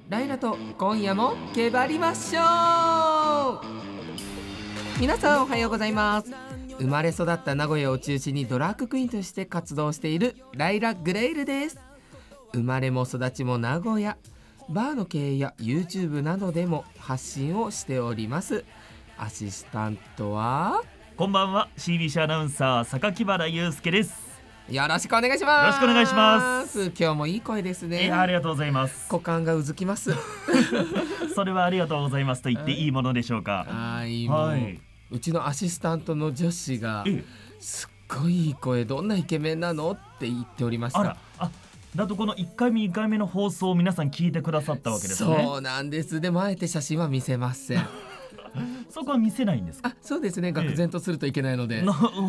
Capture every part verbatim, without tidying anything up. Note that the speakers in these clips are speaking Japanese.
ライラと今夜もけばりましょう。皆さんおはようございます。生まれ育った名古屋を中心にドラッグクイーンとして活動しているライラ・グレイルです。生まれも育ちも名古屋、バーの経営や YouTube などでも発信をしております。アシスタントはこんばんは、 シービーシー アナウンサー榊原祐介です。 よろしくお願いします。 よろしくお願いします。 今日もいい声ですね。 いや、ありがとうございます。 股間がうずきますそれはありがとうございますと言っていいものでしょうか。 はい、もう、はい、うちのアシスタントの女子がすっごいいい声、どんなイケメンなのって言っておりました。 あら、あ、だとこのいっかいめにかいめの放送を皆さん聞いてくださったわけですね。 そうなんです。でもあえて写真は見せませんそこは見せないんですか？ あ、そうですね、愕然とするといけないので、ええ、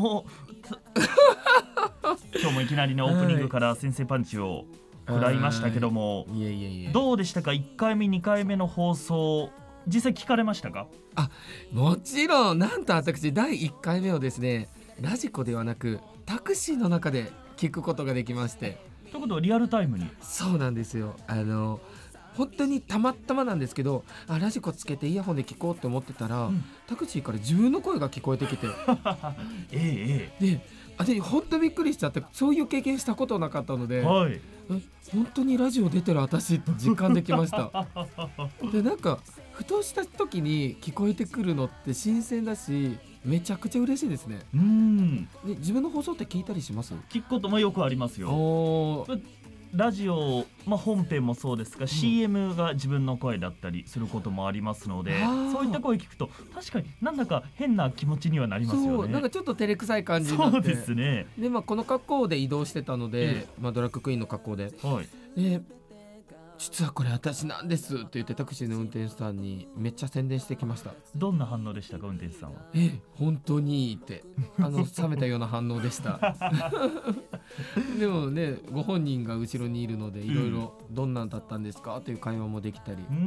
今日もいきなりね、オープニングから先制パンチを食らいましたけども、 いえいえいえ、 どうでしたか？いっかいめにかいめの放送実際聞かれましたか？ あ、もちろん。なんと私だいいっかいめをですね、ラジコではなくタクシーの中で聞くことができまして。 ということはリアルタイムに？そうなんですよ。あの本当にたまたまなんですけど、あ、ラジコつけてイヤホンで聞こうって思ってたら、うん、タクシーから自分の声が聞こえてきてええ、 で、あれ本当びっくりしちゃって、そういう経験したことなかったので、 はい、 え本当にラジオ出てる私って実感できましたで、なんかふとした時に聞こえてくるのって新鮮だし、めちゃくちゃ嬉しいですね。 うん、 で、自分の放送って聞いたりします？ 聞くこともよくありますよ。ラジオ、まあ、本編もそうですが、うん、シーエム が自分の声だったりすることもありますので、そういった声聞くと確かになんだか変な気持ちにはなりますよね。 そう、なんかちょっと照れくさい感じになって。 そうですね。 で、まあ、この格好で移動してたので、ええ、まあ、ドラッグクイーンの格好で、はい、で実はこれ私なんですって言ってタクシーの運転手さんにめっちゃ宣伝してきました。 どんな反応でしたか？運転手さんは。 ええ、本当にいいってあの冷めたような反応でしたでもね、ご本人が後ろにいるので、いろいろどんなんだったんですかという会話もできたり、うん、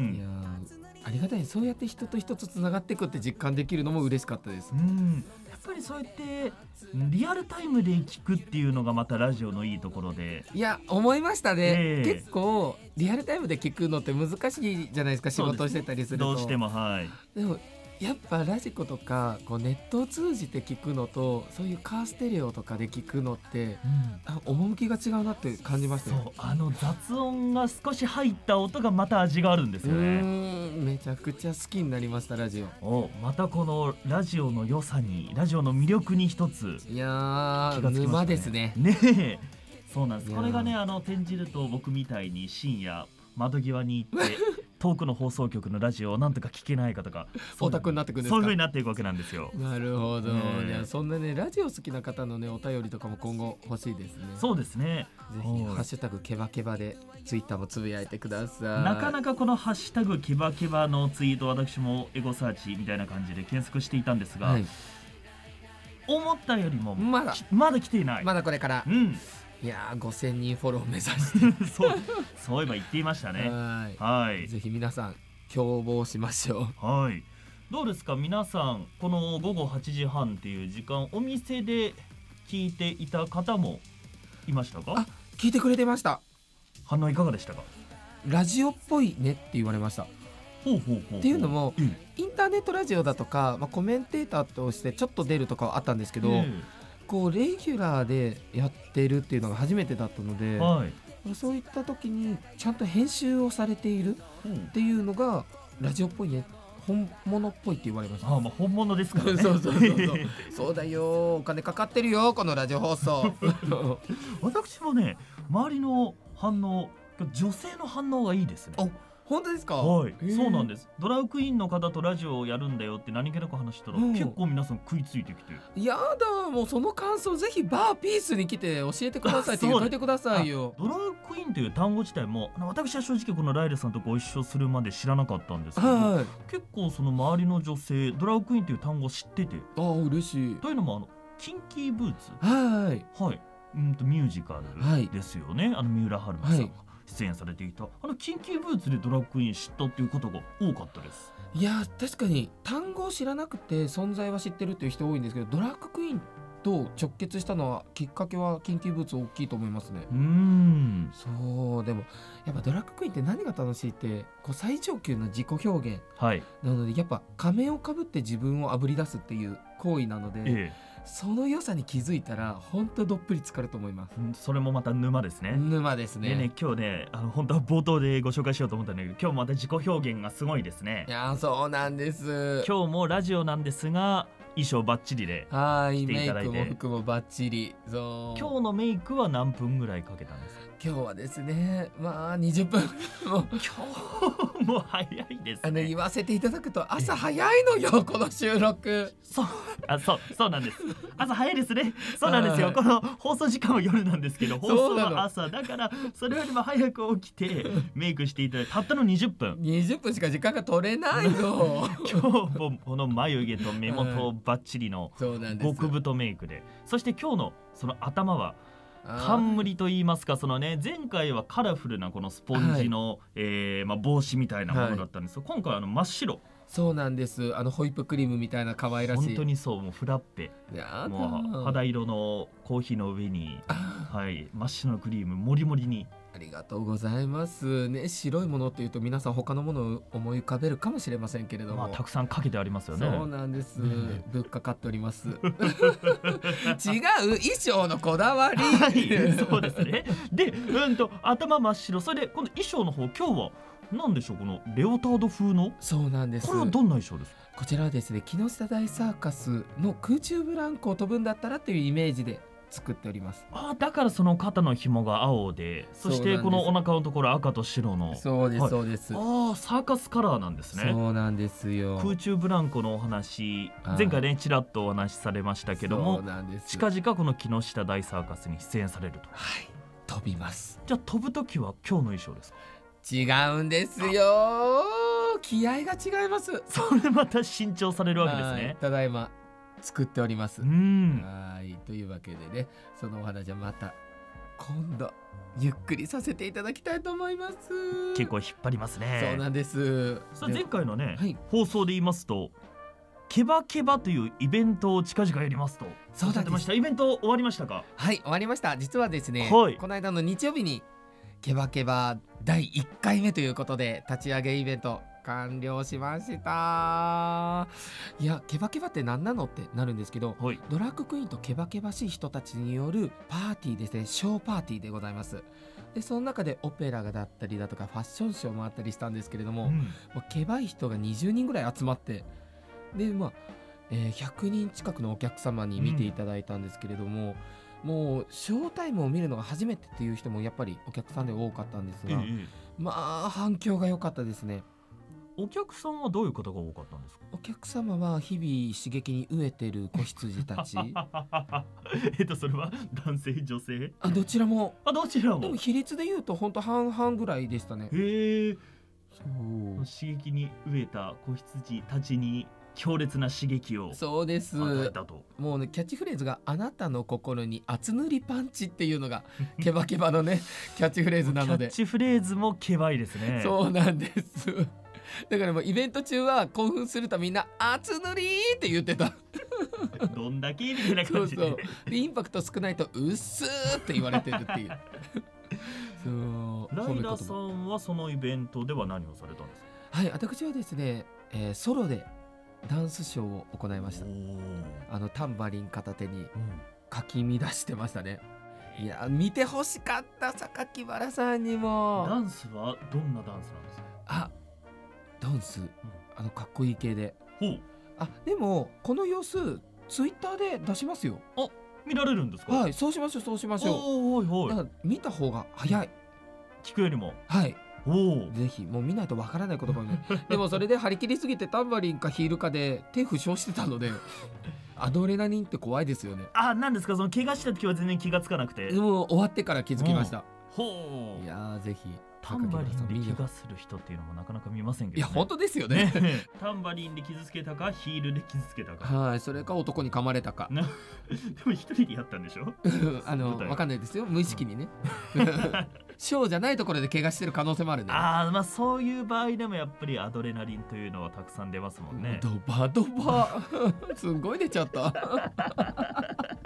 いやありがたい。そうやって人と人とつながっていくって実感できるのも嬉しかったです。 うん、やっぱりそうやってリアルタイムで聞くっていうのがまたラジオのいいところで、 いや思いましたね、えー、結構リアルタイムで聞くのって難しいじゃないですか、仕事してたりすると。 どうしても、はい。 でもやっぱラジコとかこうネットを通じて聞くのと、そういうカーステレオとかで聞くのって、うん、趣が違うなって感じましたよ。 そう、あの雑音が少し入った音がまた味があるんですよね。うーん、めちゃくちゃ好きになりました、ラジオ。 お、またこのラジオの良さに、ラジオの魅力に一つ、 いやー、気がつきましたね。沼ですね。 ねえ、そうなんです。これがね、あの転じると僕みたいに深夜窓際に行って遠くの放送局のラジオをなんとか聞けないかとか、 オタクになってくるんですか？ そういう風になっていくわけなんですよ。 なるほど、ね、いや、そんなねラジオ好きな方のねお便りとかも今後欲しいですね。 そうですね。 ぜひハッシュタグケバケバでツイッターもつぶやいてください。 なかなかこのハッシュタグケバケバのツイート、私もエゴサーチみたいな感じで検索していたんですが、はい、思ったよりもまだまだ来ていない。 まだこれから、うん、いやーごせんにんフォロー目指してそう、そういえば言っていましたね。 はい、はい、ぜひ皆さん共謀しましょう。はい、どうですか皆さん、このごごはちじはんっていう時間、お店で聞いていた方もいましたか？ あ、聞いてくれてました。 反応いかがでしたか？ ラジオっぽいねって言われました。 ほうほうほうほう。 っていうのも、 うん、 インターネットラジオだとか、まあ、コメンテーターとしてちょっと出るとかはあったんですけど、うん、こうレギュラーでやってるっていうのが初めてだったので、はい、そういった時にちゃんと編集をされているっていうのがラジオっぽいね、本物っぽいって言われました。 ああ、まあ本物ですからねそうそうそうそうそうだよ、お金かかってるよこのラジオ放送私もね、周りの反応、女性の反応がいいですね。 お、本当ですか？ はい、そうなんです。ドラッグクイーンの方とラジオをやるんだよって何気なく話したら、うん、結構皆さん食いついてきて、 やだ、もうその感想ぜひバーピースに来て教えてくださいって言っといてくださいよ。 ドラッグクイーンという単語自体も私は正直このライルさんとご一緒するまで知らなかったんですけど、はい、結構その周りの女性ドラッグクイーンという単語を知ってて、 ああ嬉しい。 というのもあのキンキーブーツ、 はい、 はい、うんとミュージカルですよね、はい、あの三浦春馬さんが、はい、出演されていたあのキンキーブーツでドラッグクイーン知ったっていうことが多かったです。 いや確かに単語を知らなくて存在は知ってるっていう人多いんですけど、ドラッグクイーンっと直結したのはきっかけは緊急物大きいと思いますね。 うーんそうでもやっぱドラッグクイーンって何が楽しいってこう最上級の自己表現はいなのでやっぱ仮面をかぶって自分をあぶり出すっていう行為なので、 えその良さに気づいたら本当どっぷり浸かると思います。 えそれもまた沼ですね。 沼ですね。 でね今日ねあの本当は冒頭でご紹介しようと思ったんだけど今日また自己表現がすごいですねい。やーそうなんです。 今日もラジオなんですが衣装バッチリではい来ていメイクただいても服もバッチリ。そう今日のメイクは何分ぐらいかけたんですか？ 今日はですねまあにじゅっぷんもう今日も早いですあのね。 言わせていただくと朝早いのよこの収録。 そうあそうそうなんです。朝早いですね。そうなんですよ。 はいこの放送時間は夜なんですけど放送そうなのは朝だからそれよりも早く起きてメイクしていただいてたったのにじゅっぷん。 にじゅっぷんしか時間が取れないの。 今日もこの眉毛と目元バッチリのそうなんです。 極太メイクで、そして今日のその頭はあー冠と言いますか、そのね前回はカラフルなこのスポンジの、えーまあ、帽子みたいなものだったんですが、今回はあの真っ白。 そうなんです。あのホイップクリームみたいな可愛らしい。 本当にそうもうフラッペやだもう肌色のコーヒーの上に、 あはい、真っ白のクリームもりもりに。 ありがとうございますね。白いものっていうと皆さん他のものを思い浮かべるかもしれませんけれども、 まあ、たくさんかけてありますよね。 そうなんです。 ね物価かっております。違う衣装のこだわり。 はい、そうですね。で、うんと頭真っ白。それでこの衣装の方今日は何でしょう、このレオタード風のそうなんです。 これはどんな衣装ですか？ こちらはですね木下大サーカスの空中ブランコを飛ぶんだったらというイメージで作っております。 あーだからその肩の紐が青で、そしそうなんですてこのお腹のところ赤と白の。 そうです、 はいそうです。 ああサーカスカラーなんですね。 そうなんですよ。 空中ブランコのお話はい前回ねちらっとお話しされましたけどそうも、 なんです。 近々この木下大サーカスに出演されると。 はい飛びます。 じゃあ飛ぶ時は今日の衣装ですか？ 違うんですよ。気合が違います。 それまた新調されるわけですはいね。 ただいま作っております。 うんはいというわけでねそのお話はまた今度ゆっくりさせていただきたいと思います。 結構引っ張りますね。 そうなんです。 さあ前回のね、 はい放送で言いますとケバケバというイベントを近々やりますとそうなんですおっしゃってました。イベント終わりましたか？ はい終わりました。実はですね、 はいこの間の日曜日にケバケバだいいっかいめということで立ち上げイベント完了しました。いやケバケバって何なのってなるんですけど、 はいドラッグクイーンとケバケバしい人たちによるパーティーですね。ショーパーティーでございます。でその中でオペラがだったりだとかファッションショーもあったりしたんですけれども、 うんもうケバい人がにじゅうにんぐらい集まってでまあ、えーひゃくにん近くのお客様に見ていただいたんですけれども、もうショータイムを見るのが初めてっていう人もやっぱりお客さんで多かったんですが、 ええまあ反響が良かったですね。 お客さんはどういう方が多かったんですか？ お客様は日々刺激に飢えてる子羊たちえっとそれは男性女性あどちらもあどちらもでも比率で言うと本当半々ぐらいでしたね。 へえそう刺激に飢えた子羊たちに強烈な刺激をそうです。 与えたと。 もうねキャッチフレーズがあなたの心に厚塗りパンチっていうのがケバケバのねキャッチフレーズなのでキャッチフレーズもケバいですね。 そうなんですだからもうイベント中は興奮するとみんな厚塗りって言ってたどんだけみたいなそう感じで。 そうでインパクト少ないとうっすーって言われてるっていうそうライラ褒め言葉さんはそのイベントでは何をされたんですか？ はい私はですね、えーソロでダンスショーを行いました。あのタンバリン片手にかき乱してましたね。いや見てほしかった榊原さんにも。 ダンスはどんなダンスなんですか？ あダンスあのかっこいい系で。 ほうあでもこの様子ツイッターで出しますよ。 見られるんですか？ はいそうしましょうそうしましょおーはいはいう。だから見た方が早い。 聞くよりもはいおおぜひもう見ないとわからないことがねでもそれで張り切りすぎてタンバリンかヒールかで手負傷してたのでアドレナリンって怖いですよね。 あなんですかその怪我した時は全然気がつかなくて。 でも終わってから気づきました。 ほういやーぜひタンバリンで見に怪我する人っていうのもなかなか見ませんけど、ね、 いや本当ですよねねタンバリンで傷つけたかヒールで傷つけたかはいそれか男に噛まれたかなでも一人でやったんでしょあの舞台わかんないですよ無意識にねショーじゃないところで怪我してる可能性もあるね。 ああまあそういう場合でもやっぱりアドレナリンというのはたくさん出ますもんね。 ドバドバすんごい出ちゃった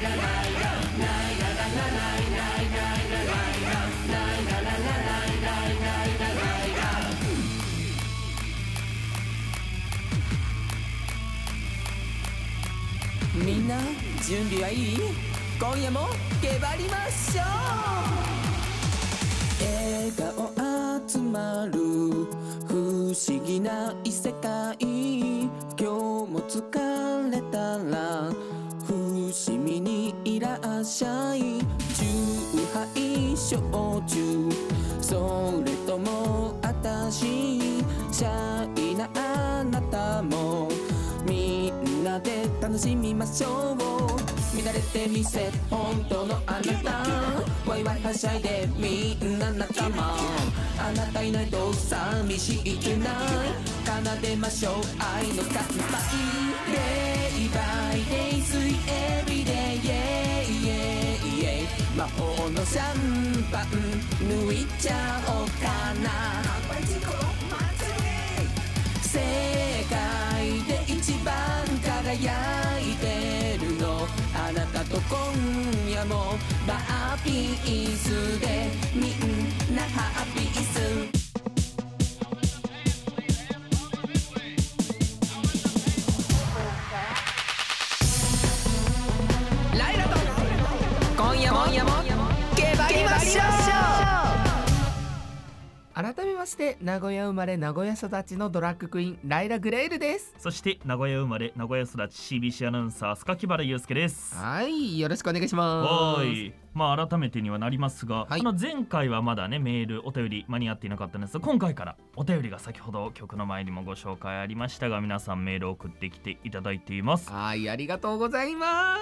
みんな準備はいい？今夜もけばりましょう。 笑顔集まる不思議な異世界。今日も疲れたら伏見にいらっしゃい。酎ハイ焼酎それともあたしシャイなあなたもみんなで楽しみましょう。見慣れてみせ本当のあなたワイワイはしゃいでみんな仲間。あなたいないと寂しいくない奏でましょう愛の乾杯。Day by day sweet every day yeah yeah yeah 魔法のシャンパン抜いちゃおうかな。世界で一番輝いてるのあなたと今夜もバーピースでみんなハッピース。 ライラと今夜もけばりましょう。改めまして名古屋生まれ名古屋育ちのドラッグクイーンライラ・グレイルです。 そして名古屋生まれ名古屋育ち シービーシー アナウンサー須垣原祐介です。 はい、よろしくお願いします。 はい、まあ改めてにはなりますが、 はい、 あの前回はまだねメールお便り間に合っていなかったんですが、今回からお便りが先ほど曲の前にもご紹介ありましたが、皆さんメールを送ってきていただいています。 はい、ありがとうございます。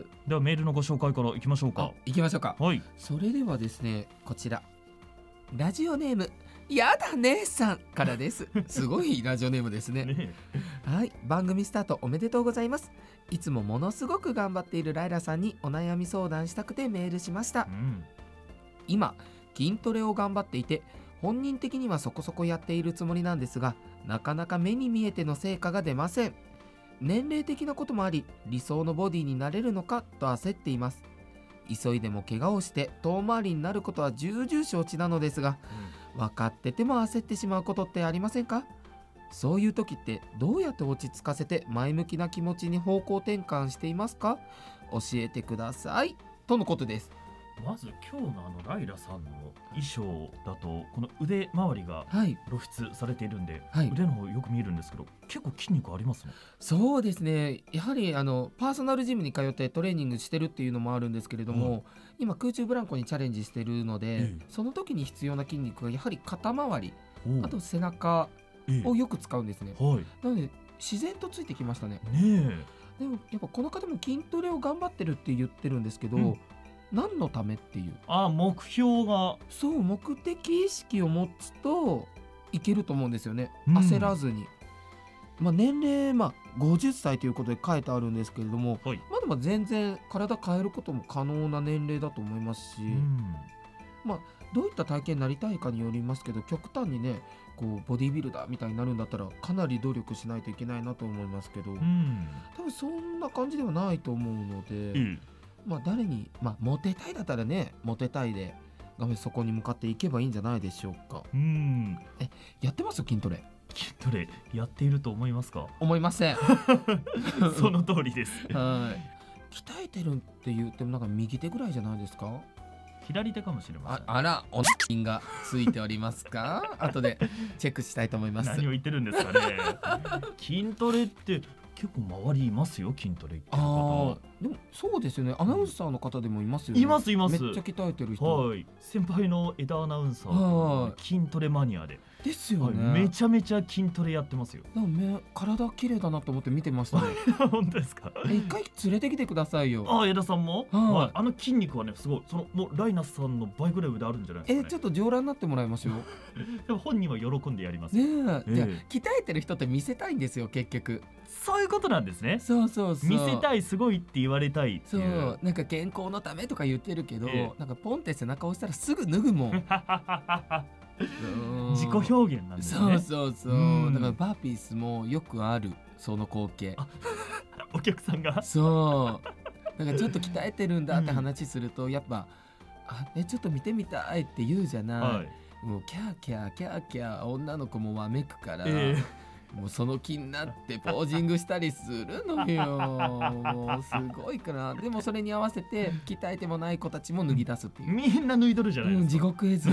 ではメールのご紹介からいきましょうか。 行きましょうか。 はい、 それではですね、こちらラジオネームやだ姉さんからです。すごいラジオネームですね。 ねはい、番組スタートおめでとうございます。いつもものすごく頑張っているライラさんにお悩み相談したくてメールしました。 うん、 今筋トレを頑張っていて本人的にはそこそこやっているつもりなんですが、なかなか目に見えての成果が出ません。年齢的なこともあり理想のボディになれるのかと焦っています。急いでも怪我をして遠回りになることは重々承知なのですが、分かってても焦ってしまうことってありませんか？そういう時ってどうやって落ち着かせて前向きな気持ちに方向転換していますか？教えてくださいとのことです。 まず今日のあのライラさんの衣装だとこの腕周りがはい露出されているんで、 はい、 腕の方よく見えるんですけど、結構筋肉ありますね。 そうですね、やはりあのパーソナルジムに通ってトレーニングしてるっていうのもあるんですけれども、うん、今空中ブランコにチャレンジしてるので、ええ、その時に必要な筋肉がやはり肩周り、あと背中をよく使うんですね、ええ、はい、なので自然とついてきましたね。ねえ、でもやっぱこの方も筋トレを頑張ってるって言ってるんですけど、うん、何のためっていう、 あ、目標が、 そう目的意識を持つといけると思うんですよね、うん、焦らずに。まあ、年齢、まあ、ごじゅっさいということで書いてあるんですけれども、はい、まあ、でも全然体変えることも可能な年齢だと思いますし、うん、まあ、どういった体型になりたいかによりますけど、極端にねこうボディビルダーみたいになるんだったらかなり努力しないといけないなと思いますけど、うん、多分そんな感じではないと思うので、うん、まあ、誰に、まあ、モテたいだったらねモテたいでそこに向かっていけばいいんじゃないでしょうか。うん、え、やってます筋トレ？ 筋トレやっていると思いますか？ 思いません。 その通りです。 はい。鍛えてるって言ってもなんか右手ぐらいじゃないですか？ 左手かもしれません。 あ, あら、お金がついておりますか？後でチェックしたいと思います。 何を言ってるんですかね。筋トレって結構周りいますよ、筋トレ行ってる方。 でもそうですよね、アナウンサーの方でもいますよね。 いますいます。 めっちゃ鍛えてる人、 はい、先輩の枝アナウンサー、筋トレマニアでですよね、 はい、めちゃめちゃ筋トレやってますよ。 でもめ体綺麗だなと思って見てましたね。 本当ですか？ 一回連れてきてくださいよ。 あ、枝さんも、はい、あの筋肉はねすごい、そのもうライナスさんの倍ぐらい腕あるんじゃないですか、ね、 えちょっと上覧になってもらいましょう。 でも本人は喜んでやりますねえ、えー、じゃあ鍛えてる人って見せたいんですよ結局。 そういうことなんですね。 そうそうそう、 見せたい、すごいって言われたいっていう。そう、 なんか健康のためとか言ってるけど、えー、なんかポンって背中押したらすぐ脱ぐもん。 自己表現なんですね。 そうそうそう、だからバーピースもよくあるその光景。 お客さんがそうだからちょっと鍛えてるんだって話すると、うん、やっぱあえちょっと見てみたいって言うじゃない、はい、もうキャーキャーキャーキャー女の子もわめくから、えーもうその気になってポージングしたりするのよ。もうすごいから。でもそれに合わせて鍛えてもない子たちも脱ぎ出すっていう。 みんな脱いどるじゃないですか、 うん、地獄絵図。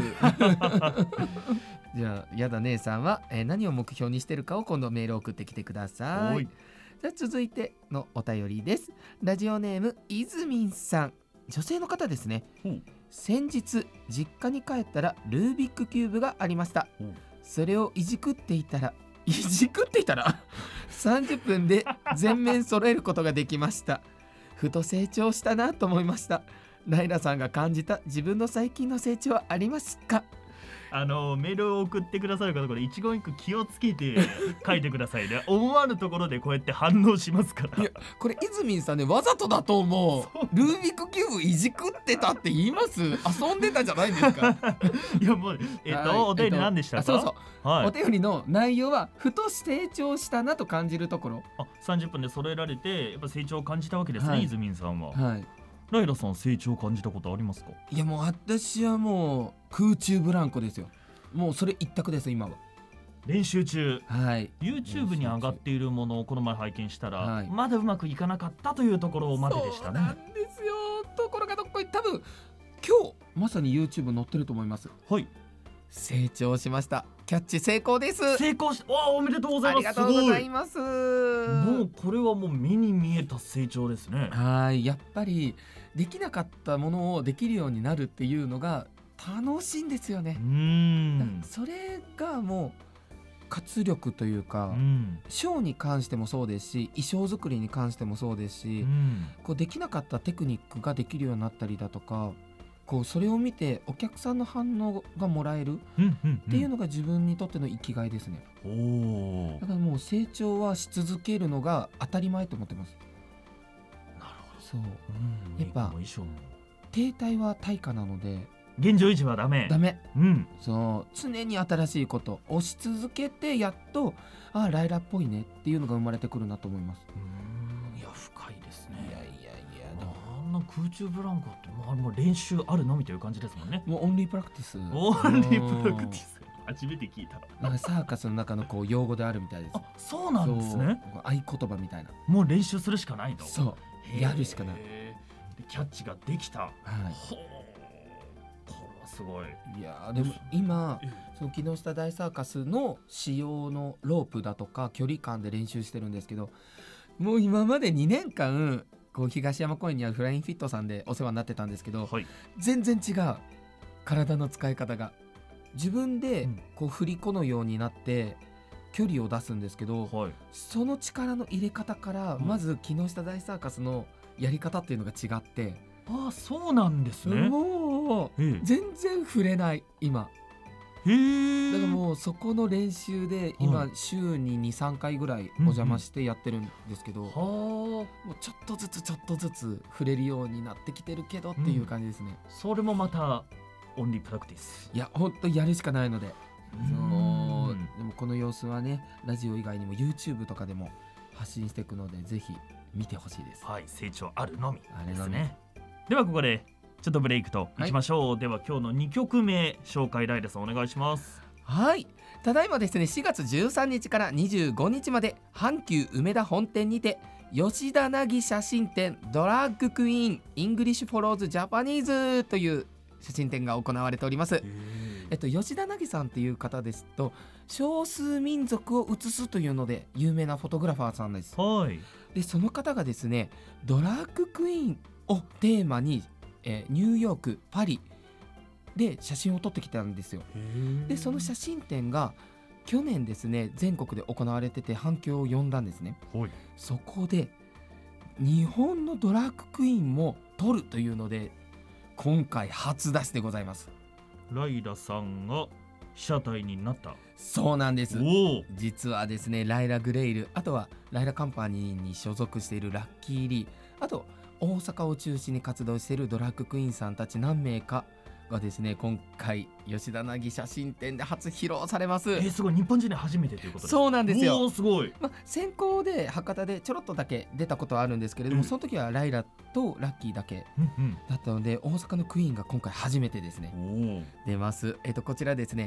じゃあやだ姉さんは、えー何を目標にしてるかを今度メール送ってきてください。 おいじゃあ続いてのお便りです。ラジオネームいずみんさん、女性の方ですね。 ほう先日実家に帰ったらルービックキューブがありました。 ほうそれをいじくっていたらいじくっていたらさんじゅっぷんで全面揃えることができました。ふと成長したなと思いました。ライラさんが感じた自分の最近の成長はありますか？ あのメールを送ってくださる方、これ一言一句気をつけて書いてくださいね。思わぬところでこうやって反応しますから。 いやこれ泉さんね、わざとだと思う。ルービックキューブいじくってたって言います？遊んでたじゃないですか。 いやもうえっと、 はいお便り何でしたか？ えっとあそうそう、 はい、 お便りの内容はふと成長したなと感じるところ。 あさんじゅっぷんで揃えられてやっぱ成長を感じたわけですね、 はい、 イズミンさんは。 はいライラさん成長を感じたことありますか？ いやもう私はもう空中ブランコですよ。もうそれ一択です今は。 練習中、 はい、 YouTube に上がっているものをこの前拝見したら、 はい、 まだうまくいかなかったというところまででしたね。 そうなんですよ。ところがどっこい、多分今日まさに YouTube 載ってると思います。 はい、 成長しました。キャッチ成功です。 成功し、わあ、おめでとうございます。 ありがとうございます。 もうこれはもう目に見えた成長ですね。 はい、やっぱりできなかったものをできるようになるっていうのが楽しいんですよね。 うーんそれがもう活力というか、 うんショーに関してもそうですし、衣装作りに関してもそうですし、 うんこうできなかったテクニックができるようになったりだとか、こうそれを見てお客さんの反応がもらえるうんうんっていうのが自分にとっての生きがいですね。 おーだからもう成長はし続けるのが当たり前と思ってます。 なるほど。 そう、 うんやっぱ衣装も停滞は対価なので現状維持はダメ。 ダメ。 うんそう常に新しいことをし続けて、やっとあライラっぽいねっていうのが生まれてくるなと思います。 うーんいや深いですね。 いやいやいや、でもあんな空中ブランコってもうあれもう練習あるのみという感じですもんね。 もうオンリープラクティス。 オンリープラクティス初めて聞いた。 なんかサーカスの中のこう用語であるみたいです。 あそうなんですね。 そう合言葉みたいな。 もう練習するしかないと。 そうへーやるしかない。 でキャッチができた。 はほうこれはすごい。 い。いやーでも今その木下大サーカスの仕様のロープだとか距離感で練習してるんですけど、もう今までにねんかんこう東山公園にあるフラインフィットさんでお世話になってたんですけど、 はい。 全然違う体の使い方が。自分でうんこう振り子のようになって距離を出すんですけど、 はい。 その力の入れ方からうんまず木下大サーカスのやり方っていうのが違って、 ああそうなんですね。 もうえ全然触れない今。 え。へえ。 だからもうそこの練習で今週に にさんかいぐらいお邪魔してやってるんですけど、 はあ。 もうちょっとずつちょっとずつ触れるようになってきてるけどっていう感じですね。 それもまたオンリープラクティス。 いやほんとやるしかないので、そううんでもこの様子はねラジオ以外にも YouTube とかでも発信していくのでぜひ見てほしいです。 はい、成長あるのみあれのみですね。ではここでちょっとブレイクといきましょう。では今日のにきょくめ紹介、ライラさんお願いします。 はい、ただいまですねしがつじゅうさんにちからにじゅうごにちまで阪急梅田本店にて吉田凪写真展ドラッグクイーンイングリッシュフォローズジャパニーズという写真展が行われております。えっと、吉田凪さんっていう方ですと少数民族を写すというので有名なフォトグラファーさんです。 はい。 でその方がですねドラッグクイーンをテーマに、えーニューヨークパリで写真を撮ってきたんですよ。でその写真展が去年ですね全国で行われてて反響を呼んだんですね。 はい。 そこで日本のドラッグクイーンも撮るというので今回初出しでございます。 ライラさんが被写体になった。 そうなんです。 おお。 実はですねライラ・グレイル、あとはライラカンパニーに所属しているラッキー・リー、あと大阪を中心に活動しているドラッグクイーンさんたち何名かがですね今回吉田凪写真展で初披露されます。 えー、すごい、日本人で初めてということです。 そうなんですよ。 おお、すごい。 まあ、先行で博多でちょろっとだけ出たことはあるんですけれども、 うんその時はライラとラッキーだけうんうん。 だったので大阪のクイーンが今回初めてですねおお。 出ます。えっとこちらですね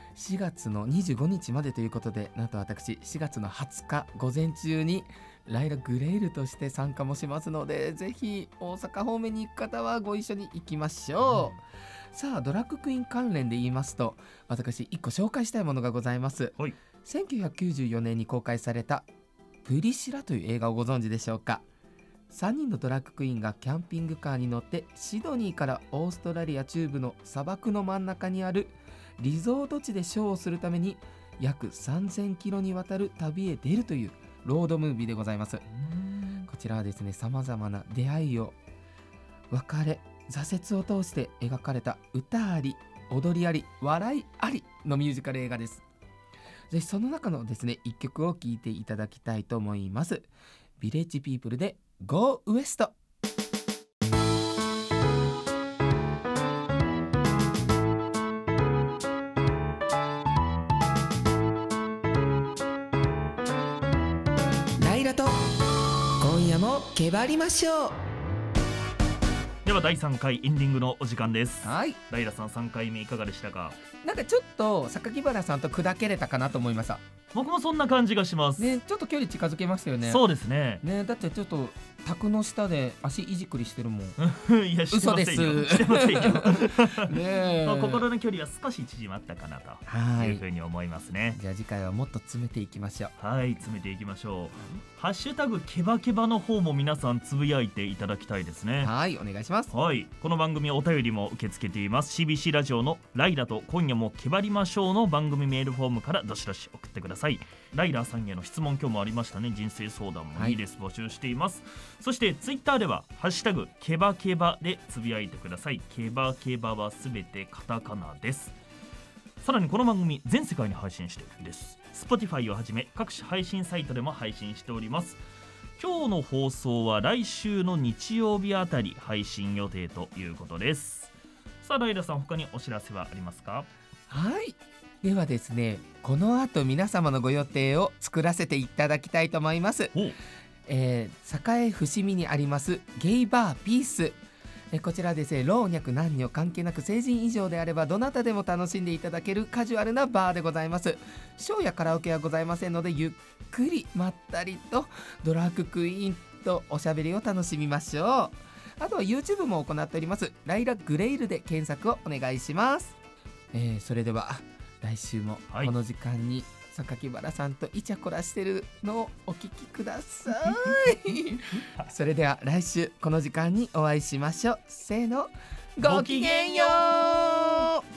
しがつのにじゅうごにちまでということで、なんと私しがつのはつか午前中にライラグレイルとして参加もしますので、ぜひ大阪方面に行く方はご一緒に行きましょう、うん、さあドラッグクイーン関連で言いますと、私いっこ紹介したいものがございます、はい、せんきゅうひゃくきゅうじゅうよねんに公開されたプリシラという映画をご存知でしょうか。さんにんのドラッグクイーンがキャンピングカーに乗ってシドニーからオーストラリア中部の砂漠の真ん中にあるリゾート地でショーをするために約さんぜんキロにわたる旅へ出るというロードムービーでございます。こちらはですね、さまざまな出会いを、別れ、挫折を通して描かれた歌あり踊りあり笑いありのミュージカル映画です。ぜひその中のですねいっきょくを聴いていただきたいと思います。ビレッジピープルで Go West。ライラと今夜もけばりましょう。 ではだいさんかいエンディングのお時間です。 はい、 ライラさんさんかいめいかがでしたか？ なんかちょっと榊原さんと砕けれたかなと思いました。 僕もそんな感じがしますね。ちょっと距離近づけましたよね。 そうですね。 ね、だってちょっと卓の下で足いじくりしてるもんいや、してませんよ。してませんよねまあ、心の距離は少し縮まったかなというふうに思いますね。 じゃあ次回はもっと詰めていきましょう。 はい、詰めていきましょう。ハッシュタグケバケバの方も皆さんつぶやいていただきたいですね。 はい、お願いします。 はい、この番組お便りも受け付けています。 シービーシー ラジオのライラと今夜もけばりましょうの番組メールフォームからどしどし送ってください。ライラさんへの質問、今日もありましたね。人生相談もいいです、はい、募集しています。そしてツイッターではハッシュタグケバケバでつぶやいてください。ケバケバはすべてカタカナです。さらにこの番組全世界に配信しているんです。 Spotify をはじめ各種配信サイトでも配信しております。今日の放送は来週の日曜日あたり配信予定ということです。さあライラさん、他にお知らせはありますか？ はい、ではですね、この後皆様のご予定を作らせていただきたいと思います。えー、栄伏見にありますゲイバーピース、えー、こちらですね、老若男女関係なく成人以上であればどなたでも楽しんでいただけるカジュアルなバーでございます。ショーやカラオケはございませんので、ゆっくりまったりとドラッグクイーンとおしゃべりを楽しみましょう。あとは YouTube も行っております。ライラグレイルで検索をお願いします。えー、それでは来週もこの時間に榊原さんとイチャコラしてるのをお聞きくださいそれでは来週この時間にお会いしましょう。せーの、ごきげんよう。